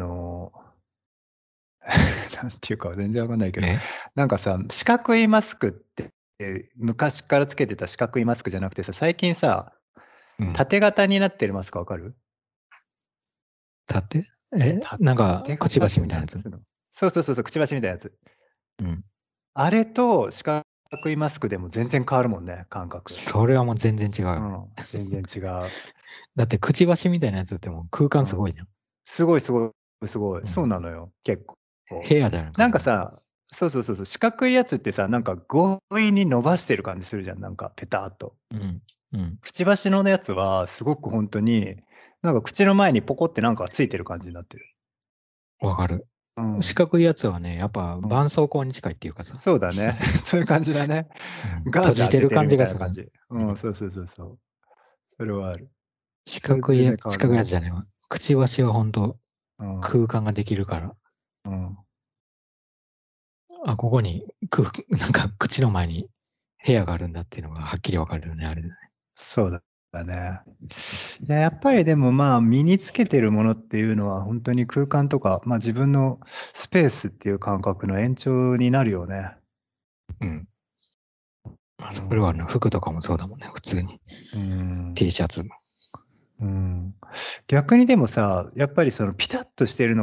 なんていうか全然わかんないけど、 えなんかさ、四角いマスクって、昔からつけてた四角いマスクじゃなくてさ、最近さ、 うん。 縦型になってるマスクわかる？ 縦縦なんか、くちば型ってしみたいなやつ。 なんつうの？そうそうそうそう、くちばしみたいなやつ。 うん。 あれと四角いマスクでも全然変わるもんね、感覚。 それはもう全然違うよね。 うん、全然違う。 だって、くちばしみたいなやつってもう空間うん。 すごいじゃん。 すごいすごいすごい。そううん。 なのよ、結構。 部屋だよね、 なん完全に。 かさ、そうそうそうそう、四角いやつってさ、なんか強引に伸ばしてる感じするじゃん、なんかペタっと。 うん。うん。 くちばしのやつはすごくほんとに、なんか口の前にポコってなんかついてる感じになってる。 わかる。 うん、 四角いやつはね、やっぱうん。 絆創膏に近いっていうかさ、 そうだね。そういう感じだね。 うん、 ガーゼ当閉じてるててるみ感じがする。 たいな感じ。 うん、 うん、そうそうそうそう。それはある。それで四角い全然変わるね。 やつじゃねえわ。くちばしはほんとうん、 空間ができるから、 うん。 あ、ここに、なんか口の前に部屋があるんだっていうのがはっきりわかるよね、あれでね。 そうだね。いや、やっぱりでも、まあ、身につけてるものっていうのはほんとに空間とか、ま、自分のスペースっていう感覚の延長になるよね。 うん。まあ、 うそれはね、 ん。 服とかもそうだもんね、普通に。 うーん。 T シャツ。 うん。逆にでもさ、やっぱりそのピタッとしてるの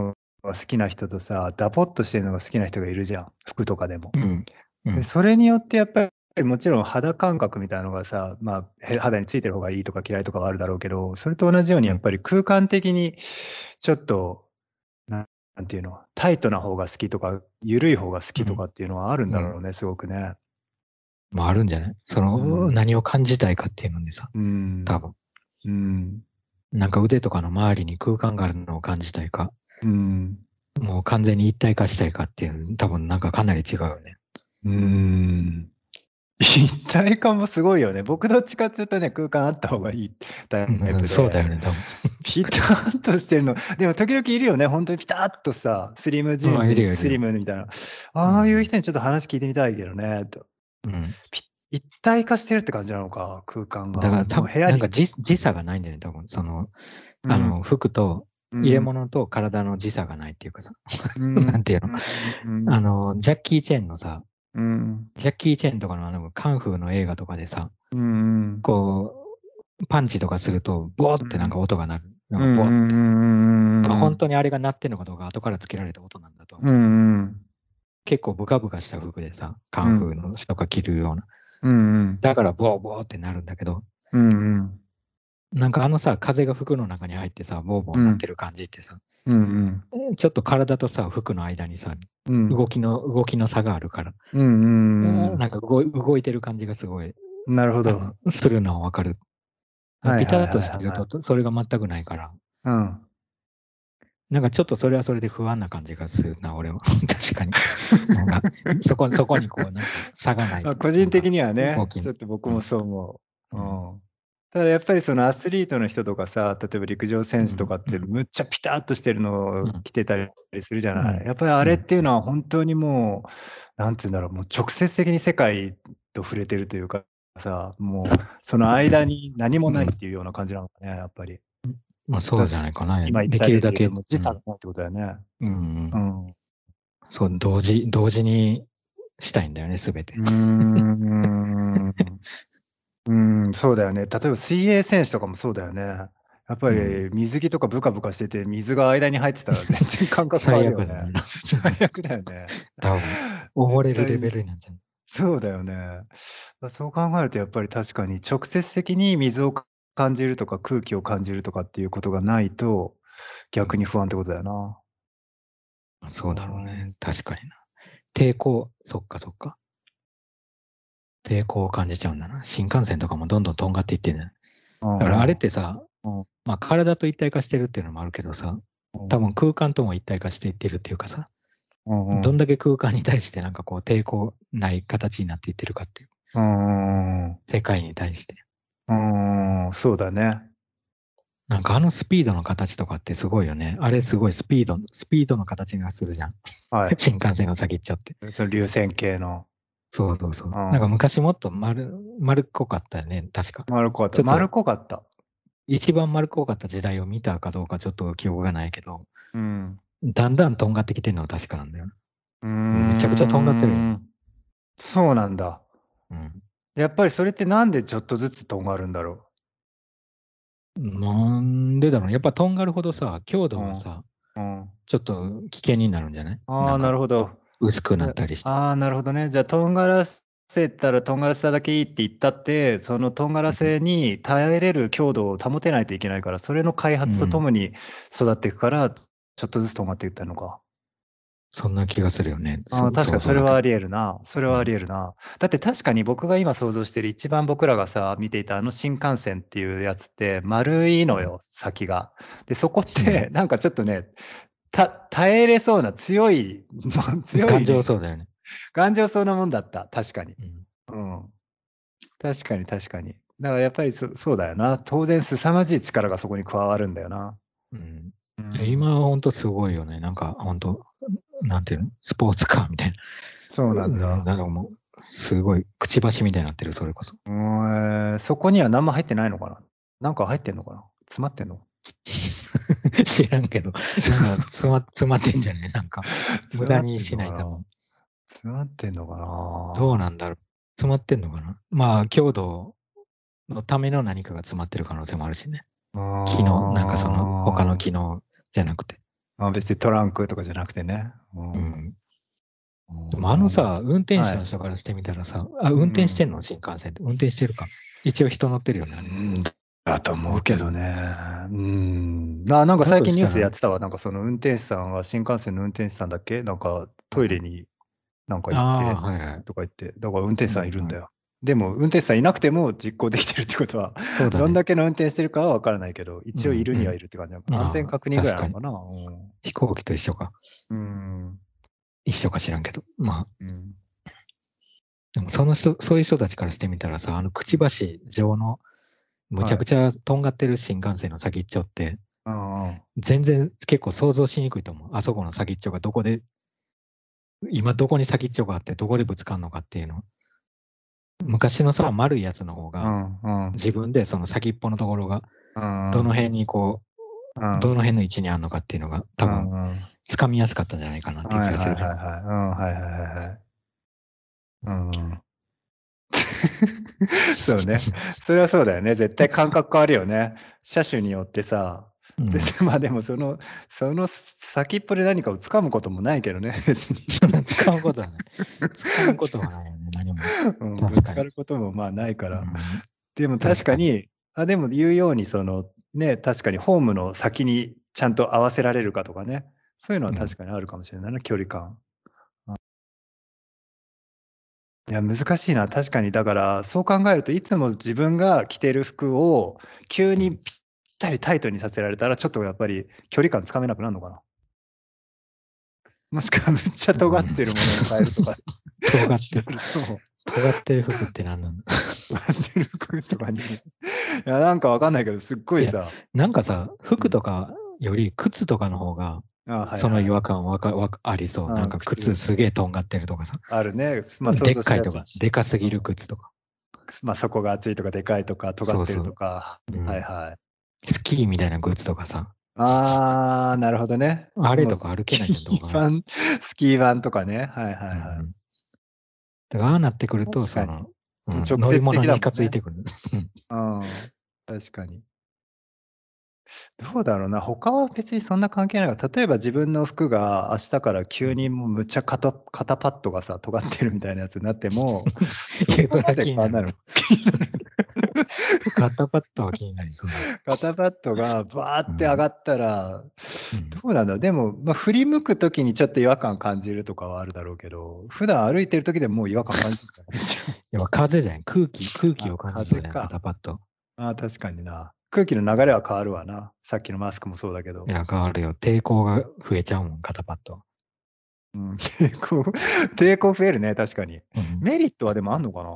が好きな人とさ、ダボっとしてるのが好きな人がいるじゃん、服とかでも。 うん。うで、 ん。 それによってやっぱりもちろん肌感覚みたいなのがさ、肌についてる方がいいとか嫌いとかはあるだろうけど、それと同じようにうん。 やっぱり空間的にちょっと、なんていうの、タイトな方が好きとか、緩い方が好きとうん。 かっていうのはあるんうん。 だろうね、すごくね。 まあ、あるんじゃない？ うん。 何を感じたいかっていうのでさ、 うん。 多分。 うん。 なんか腕とかの周りに空間があるのを感じたいか、 うん。 もう完全に一体化したいかっていう、多分なんかかなり違うよね。 うーん。一体感もすごいよね。僕どっちかっていうとね、空間あった方がいいタイうん、 プで、 そうだよね、多分。 ピタッとしてるの、でも時々いるよね、ほんとにピタッとさ、スリムジーンあ、 ズいるよ、いるにスリよ。 ムみたいな。 うん。 ああいう人にちょっと話聞いてみたいけどね、と。 うん。 一体化してるって感じなのか、空間が。 だからもう部屋に。 なんか時差がないんだよね、多分。 うん、 服と、入れうん、 物と体の時差がないっていうかさ、 うん、 なんていうの、 うんうん、 ジャッキー・チェンのさ、 うん、 ジャッキー・チェンとかのカンフーの映画とかでさ、 うん、 こパンチとかすると、ボーってなんかうん、 音が鳴る。なんうん、 かボーって。まあ、 うん、 本当にあれが鳴ってんのかどうか後からつけられた音なんだと思うん、ううけど、 ん、 結構ブカブカした服でさ、カンフーうん、 の人が着るような。 うん、 だからボーボーってなるんだけど、 うん、 なんかさ、風が服の中に入ってさ、ボーボーうん、 なってる感じってさ、 うん、 ちょっと体とさ、服の間にさ、 うん、 動きの差があるから、 うん、 なんか動いてる感じがすごい、 なるほど。 するのはわかる。ピタッはいはいはいとしてると、 はい。 それが全くないから、 うん。 なんかちょっとそれはそれで不安な感じがするな、俺は。確かに。なんか、そこにこう、なんか差がない個人のが的にはね、 大きい。 ちょっと僕うん。 もそう思う。 うん。 うん。ただやっぱりそのアスリートの人とかさ、例えば陸上選手とうん。 かってうん。 むっちゃピタッとしてるのをうん。 着てたりするじゃない。 うん。 やっぱりあうん。 れっていうのは本当にもう、なんて言うんだろう、もう直接的に世界と触れてるというかさ、もうその間に何もうん。 ないっていうような感じなのかね、やっぱり。 まあそうじゃないかな。 今言っでた例で言うときるだけ、 もう時差がうん。 ないってことだよね。 うん。 うん。 そう、同時にしたいんだよね、すべて。 うーん。そうだよね。例えば水泳選手とかもそうだよね。やっぱうん。 り水着とかブカブカしてて、水が間に入ってたら全然感覚変わ最るよね。 悪だな。 最悪だよね。 多分、溺れるレベ絶対ルになっちゃう。 そうだよね。そう考えるとやっぱり確かに直接的に水を感じるとか、空気を感じるとかっていうことがないと、 うん。 逆に不安ってことだよな。 まあうそうだろうん。 ね。確かにな。そっかそっか。抵抗を感じちゃうんだな。新幹線とかもどんどんとんがっていってんだよ。だからあれうんうん。 ってさ、 うんまあ体と一体化してるっていうのもあるけどさ、多分空間とも一体化していってるっていうかさ、 うんうん。 どんだけ空間に対してなんかこう抵抗ない形になっていってるかっていう。 うんうん。 世界に対して。 そうだね。 なんかスピードの形とかってすごいよね。あれすごいスピードの形がするじゃん。 はい。 新幹線の先っちょって。 その流線形の。 そうそうそう。なんかうん。 昔もっと丸っこかったよね。確か。 丸っこかった。丸っちょっとこかった。 一番丸っこかった時代を見たかどうかちょっと記憶がないけど、 うん。 だんだんとんがってきてるのは確かなんだよな。 うーむちゃくちゃとんがってるよね。 ん。そうなんだ。 うん。 やっぱりそれってなんでちょっとずつとんがるんだろなんでだろうね。やっぱとんがるほどさ、強う。うん。 度がさ、 うん。 ちょっと危険になるんじゃない？ ああ、ななんか、 るほど。 薄くなっで、 たりして。 ああ、なるほどね。じゃあ、とんがらせたらとんがらせただけいいって言ったって、そのとんがらうん。 せに耐えれる強度を保てないといけないから、それの開発ととうん。 もに育っていくから、ちょっとずつとんがっていったのか。 そんな気がするよね。 ああ、確かにそ想像だけど。 れはあり得るな。それはありうん。 得るな。だって確かに僕が今想像してる一番僕らがさ、見ていたあの新幹線っていうやつって丸いうん。 のよ、先が。で、そこっうん。 てなんかちょっとね、耐えれそうな強い、もう強頑いね、 丈そうだよね。 頑丈そうなもんだった、確かに。 うん。 うん。確かに確かに。だからやっぱりそうだよな。当然凄まじい力がそこに加わるんだよな。 うん。 うん。 今はほんとすごいよね。なんかほんと、なんていうの、スポーツカーみたいな。 そうなんだ。 なんかもう、すごいくちばしみたいになってる、それこそ。 そこには何も入ってないのかな？なんか入ってんのかな？詰まってんの？ 知らんけど、なんか詰まってんじゃない？なんか、無駄に詰まってんしないために。 のかな？詰まってんのかな？ どうなんだろう。詰まってんのかな。まあ、強度のための何かが詰まってる可能性もあるしね。 あなんか他の機あ、 能じゃなくて。 別にトランクとかじゃなくてね。 うん。でもうん。 さ、運転はい。 手の人からしてみたらさ、運転してんの新幹線って。運転してるか。一応人乗ってるよね、あれ。 だと思う乗ってる。 けどね。なんかだ最近ニュースやとしたら、 ってたわ。なんかその運転手さんは新幹線の運転手さんだっけなんかうん、 トイレになんか行っああ、 てはいはい。 とか言って、だから運転手さんいうんうん。 るんだよ。でも運転手さんいなくても実行できてるってことは、 そうだね。 どんだけの運転してるかは分からないけど、 う一応いるにはいんうん。 るって感じなのかな。安全ああ、 確認ぐらい確かに。 なのかな。 飛行機と一緒か。 うん。 一緒か知らんけど。まあ、 うん。 でもそういう人たちからしてみたらさ、くちばし状のむちはい。 ゃくちゃとんがってる新幹線の先っちょって、 うんうん。 全然結構想像しにくいと思う。あそこの先っちょがどこで、今どこに先っちょがあってどこでぶつかるのかっていうの。昔のさ、丸いやつの方が、 うんうん。 自分でその先っぽのところが、 うんうん。 どの辺にこう、どの辺の位置にあるのかっていうのが、多分、 うんうん。 つかみやすかったんじゃないかなっていうはいはい気がするけど。 はいはい。うん、はいはいはいはい。うんうん。そうね。それはそうだよね。絶対感覚変わるよね。車種によってさ、 うん。 別にまあでもその先っぽで何かを掴むこともないけどね、別に。 使うことはない。使うことはないよね、何も。 うん、ぶ確かに。 つかることもまあないから。 うん。 でも確確かに。 かに、でも言うようにね、確かにホームの先にちゃんと合わせられるかとかね、そういうのはうん。 確かにあるかもしれないな、距離感。いや、難しいな。確かにだから、そう考えるといつも自分が着てる服を急うん。 にぴったりタイトにさせられたら、ちょっとやっぱり距離感つかめなくなるのかな。もしくはむっちゃうん。 尖ってるものに変えるとか尖ってる。 なると、 尖ってる服って何なの？ 尖ってる服とかにいや、なんかわかんないけど、すっごいや、 いさ、 なんかさ、 うん。 服とかより靴とかの方が、 はいその違はい。 和感ありそう。なんか靴靴、 すげえとんがってるとかさ。 あるね。想でっ像しかいとか、 やすいし。 でかすぎるうん。 靴とか。 底が厚いとかでかいとか、尖ってるとそうそう。 か。 うん。 はいはい。 スキーみたいな靴とかさ。 ああ、なるほどね。もうあれとか歩けないじゃん、どう考えてスキー板とかね。はいはいも。うんはい。 うん。だからああなってくると、 確かに。 乗り直接的物に近だもんね。 づいてくる。 うん、確かに。どうだろうな、他は別にそんな関係ないから、例えば自分の服が明日からうん。 急にもうむっちゃ肩パッドがさ、尖ってるみたいなやつになっても、そいや、それはこまで気になるわ。 変わんないの。気になる。 肩パッドは気になりそうだ。 肩パッドがバーって上うん。 がったら、 うん。 どうなんだろう、でも、振り向く時にちょっと違和感感じるとかはあるだろうけど、普段歩いてる時でももう違和感感じるからね。 やっぱ風じゃん。空気を感じそうじゃん、 風か。 肩パッド。 確かにな。空気の流れは変わるわな。さっきのマスクもそうだけど。 いや、変わるよ。抵抗が増えちゃうもん、肩パッド。 うん、抵抗増えるね、確かに。 うん。 メリットはでもあんのかな？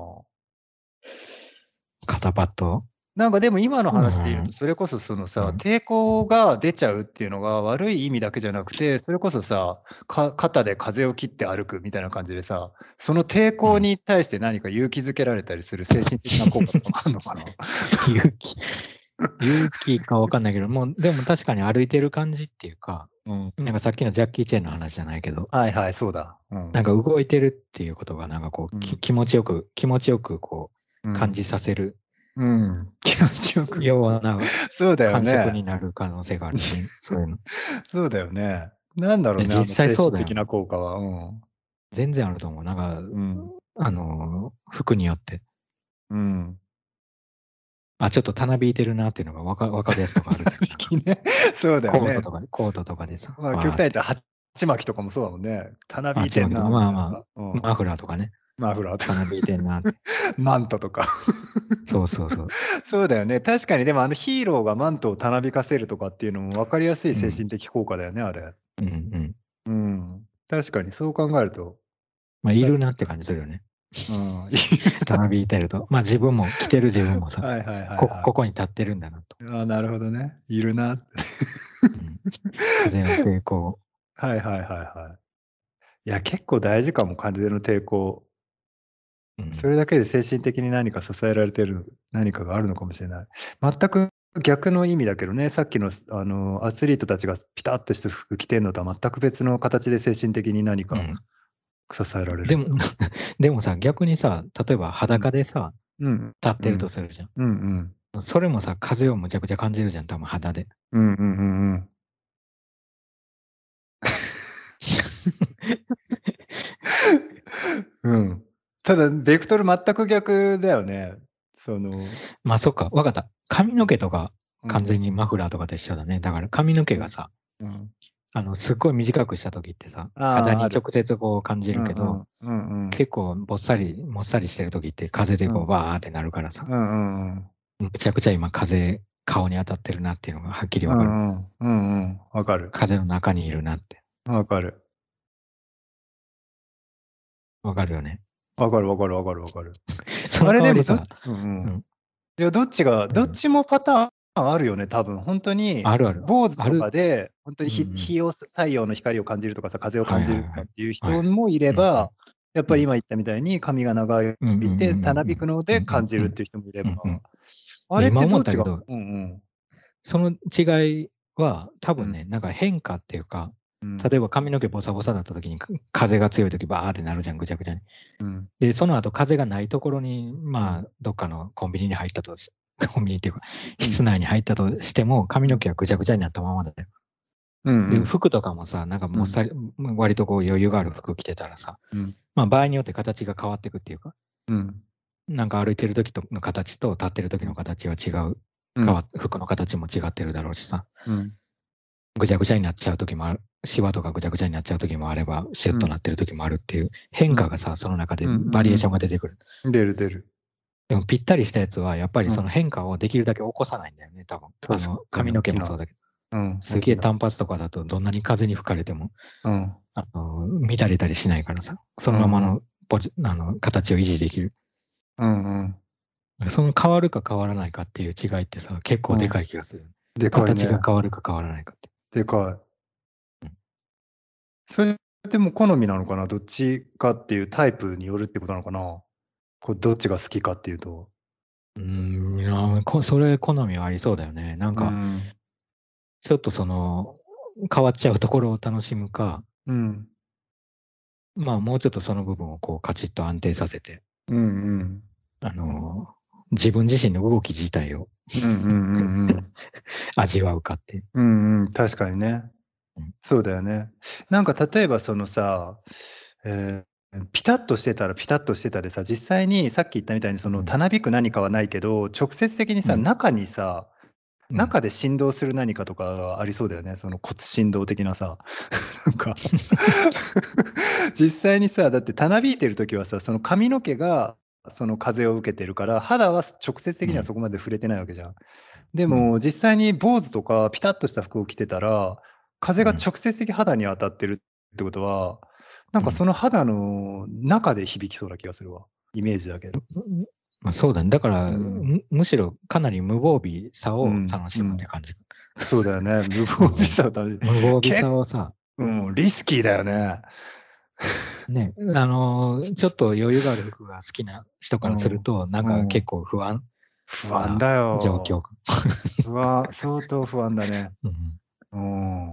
肩パッド。 なんかでも今のう話で言うと、 ん。 それこそそのさ、 うん。 抵抗が出ちゃうっていうのが悪い意味だけじゃなくて、それこそさ、肩で風を切って歩くみたいな感じでさ、その抵うん。 抗に対して何か勇気づけられたりする精神的な効果とかもあんのかな？ 勇気、勇気かわかんないけど、もう、でも確かに歩いてる感じっていうか、 うん。 なんかさっきのジャッキー・チェンの話じゃないけど、 はいはい、そうだ。うん。 なんか動いてるっていうことが、なんかこう、 うん。 気持ちよくこう、感うん。 じさせるうん。気持ちよく。 ようなそうだよ感触ね。 になる可能性があるよね。そういうの。 そうだよね。なんだろうね、 実際精神的なそうだよね。 効果は。うん。 全然あると思う。なんか、 うん。 服によって。 うん。 あ、ちょっとたなびいてるなっていうのがわかるやつとかあるじゃん。なんか、 ね。そうだよね。 コートとかでさ、 極わーって。 端に言ったら、ち巻きとかもそうだもんね。たなびあ、 いてんちまきとか、 なみたいなのが。 まあまあ、 うん。 マフラーとかね、 マフラーとか、 たなびいてんなって。 マントとか。 そうそうそう。 そうだよね。確かにでもヒーローがマントをたなびかせるとかっていうのも分かりやすいうん。 精神的効果だよね、あれ。 うんうん。 うん。確かにそう考えると、 まあ、いるなって確かに。 感じするよね。 うん。 たなびいてると。まあ自分も、着てる自分もさ、 はいはいはいはい。 ここに立ってるんだなと。 なるほどね。いるな。 うん。風の抵抗。 はいはいはいはい。いや、結構大事かも、風の抵抗。 うん。 それだけで精神的に何か支えられてる何かがあるのかもしれない。全く逆の意味だけどね、さっきのアスリートたちがピタッとした服着てんのとは全く別の形で精神的に何かうん。 支えられるでも、 んだ。 でもさ、逆にさ、例えばうん。 裸でさ、 うん。 立ってるとうん。 するじゃん。 うんうん。 それもさ、風をむちゃくちゃ感じるじゃん、多分肌で。 うんうんうんうん。 うん。ただ、ベクトル全く逆だよね。そのまあ、そっか、わかった。髪の毛とか完うん。 全にマフラーとかと一緒だね。だから髪の毛うん。 がさ、 うん。 すっごい短くした時ってさ、肌ああ、ある。 に直接こう感じうんるけど、 うん。うんうん。 結構もっさりしてる時って風でこううん。 わーってなるからさ、 うんうんうん。 むちゃくちゃ今風、顔に当たってるなっていうのがはっきりうわかる。 んうん。うんうん。わかる。 風の中にいるなって。 わかる。 わかるよね。 わかるわかるわかるわかる。 そのあれで代わりさ、 もどっちうんうん。 うん、 いや、どっうん、 ちもパターンあるよね、多分。ほんとに、 あるある。 坊主とある。 かで、ほんとにうんうん。 太陽の光を感じるとかさ、風を感じるとかっはいはいはい。 ていうはい。 人もいれうんうん。 ば、やっうん。 ぱり今言ったみたいに髪が長いうんうんうんうんて、たなうん。 びくのうんうで感じるっんうん。 ていう人もいれば、 うんうん。 あれっ今てどう違う思ったけど、 うんうん。 その違いは多うん、 分ね、なんか変化っていうか、 うん、 例えば髪の毛ボサボサだった時に、風が強い時バーってなるじゃん、ぐちゃぐちゃに。 うん、 で、その後風がないところに、 うん、 まあ、どっかのコンビニに入ったとしコンビニっていうか、 うん、 室内に入ったとしても、髪うん、 の毛はぐちゃぐちゃになったままだよ。で、 うんうん、 服とかもさ、なんかうん、 もっさり、割とこう余裕がある服着てたらさ、 うん、 まあ場合によって形が変わっていくっていうか、 うん、 なんか歩いてる時の形と立ってる時の形は違う。 うん、 服の形も違ってるだろうしさ。 うん、 ぐちゃぐちゃになっちゃう時もある。シワとかぐちゃぐちゃになっちゃう時もあれば、シュッとなってる時もあるっていう変うん、 化がさ、その中でうん、 バリエーションうん、 が出てくる。 うん。出る出る。 でもぴったりしたやつは、やっぱりうん、 その変化をできるだけ起こさないんだよね、多分。 確かに髪の毛起きない。 もそうだけど。 うん、 すげえ起きない。 単発とかだとどんなに風に吹かれても、 うん、 乱れたりしないからさ、そうんうん、 のままの形を維持できる。 うんうん、 その変わるか変わらないかっていう違いってさ、結構でうん。 かい気がする。 でかい形がね。 変わるか変わらないかって。 でかい。 うん。 それってもう好みなのかな？どっちかっていうタイプによるってことなのかな？どっちが好きかっていうと。 いや、それ好みはありそうだよね。なんうか、 ん、 ちょっと変わっちゃうところを楽しむか、 うん。 まあ、もうちょっとその部分をこうカチッと安定させて、 うんうん。 あの、自分自身の動き自体をうんうんうんうん。 味わうかっていう。 うんうん、確かにね。 うん。 そうだよね。なんか例えばそのさ、えピタッとしてたらピタッとしてたでさ、実際にさっき言ったみたいにそのうん。 たなびく何かはないけど、直接的にさ、 うん。 中にさ、 うん。 中で振動する何かとかがありそうだよね。その骨振動的なさ。なんか実際にさ、だってたなびいてる時はさ、その髪の毛がその風を受けてるから、肌は直接的にはうん。 そこまで触れてないわけじゃん。でうん。 も実際に坊主とかピタッとした服を着てたら、風がうん。 直接的肌に当たってるってことは、なんうん。 かその肌の中で響きそうな気がするわ。イメージだけど。 まあ、そうだね。だから、 うん。 むしろかなり無防備さうん、 を楽しむってうん。 感じ。 そうだよね。無防備うんうん。 さを楽し無防備さけをさ、 うん、リスキーだよね。 ね、ちょっと余裕がある服が好きな人からするうん、 と、なんかうん。 結構不安な不安だよ。 状況か。 相当不安だね。 うん、 うん。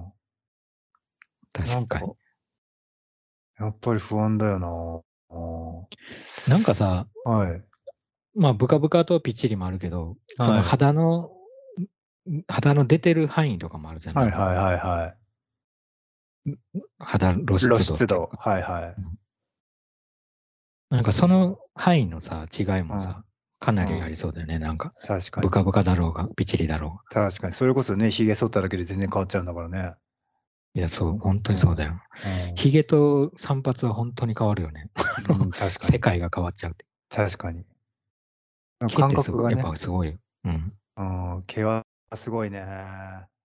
なんか、 確かに。 やっぱり不安だよな。あなんかさ、 あ。はい。 まあ、ブカブカとぴっちりもあるけど、そのはい。 肌の出てる範囲とかもあるじゃん。なんか、 はいはいはいはい。 肌露露出度っ出度、 ていうのか。 はいはい。 うん。なんかその範囲のさ、違いうん、 もさ、かなりあうん。 りそうだよね。なんか、 確かに。 ブカブカだろうが、ぴっちりだろうが。 確かに。それこそね、髭剃っただけで全然変わっちゃうんだからね。 いや、そう、本当うん。 にそうだよ。 うん。 ヒゲと散髪は本当に変わるよね。 うん、確かに。 世界が変わっちゃうって。 確かに。感毛ってやっ覚がね。 ぱすごいよ。うん。 うん、毛はすごいね。